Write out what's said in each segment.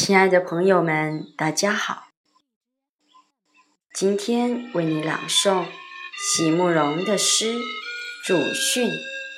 亲爱的朋友们，大家好。今天为你朗诵席慕容的诗《祖训》。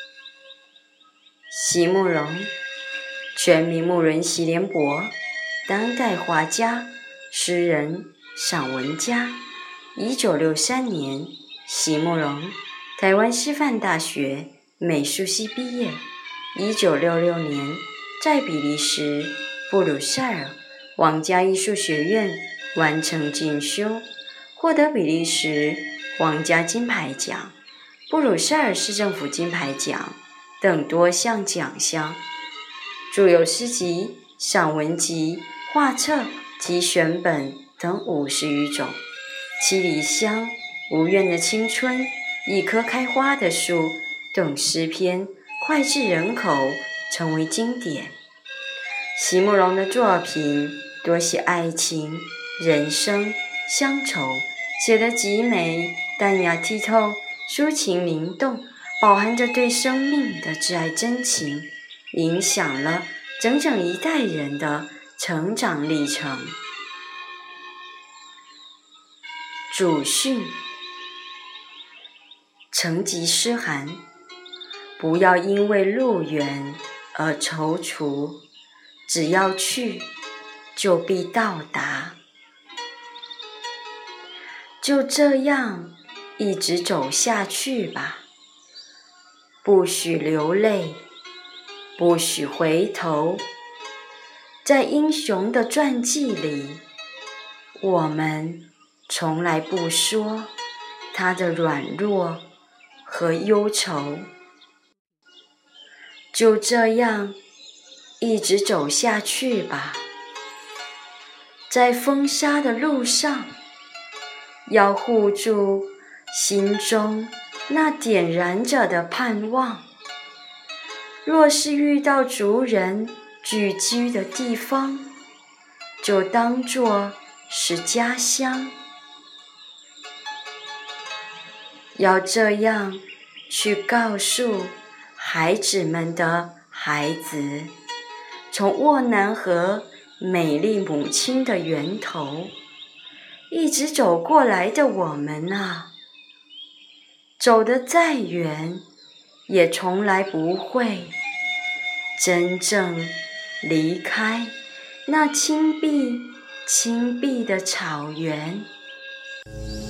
席慕容，全名慕容席联博，当代画家、诗人、散文家。1963年，席慕容台湾师范大学美术系毕业。1966年，在比利时布鲁塞尔皇家艺术学院完成进修，获得比利时皇家金牌奖、布鲁塞尔市政府金牌奖等多项奖项。著有诗集、散文集、画册及选本等50余种。七里香、无怨的青春、一棵开花的树等诗篇脍炙人口，成为经典。席慕容的作品多写爱情、人生、乡愁，写得极美，淡雅剔透，抒情灵动，饱含着对生命的挚爱真情，影响了整整一代人的成长历程。祖训，承吉诗函，不要因为路远而踌躇，只要去，就必到达。就这样一直走下去吧，不许流泪，不许回头。在英雄的传记里，我们从来不说他的软弱和忧愁。就这样一直走下去吧，在风沙的路上，要护住心中那点燃着的盼望。若是遇到族人聚居的地方，就当作是家乡。要这样去告诉孩子们的孩子，从沃南河美丽母亲的源头一直走过来的我们啊，走得再远，也从来不会真正离开那青碧青碧的草原。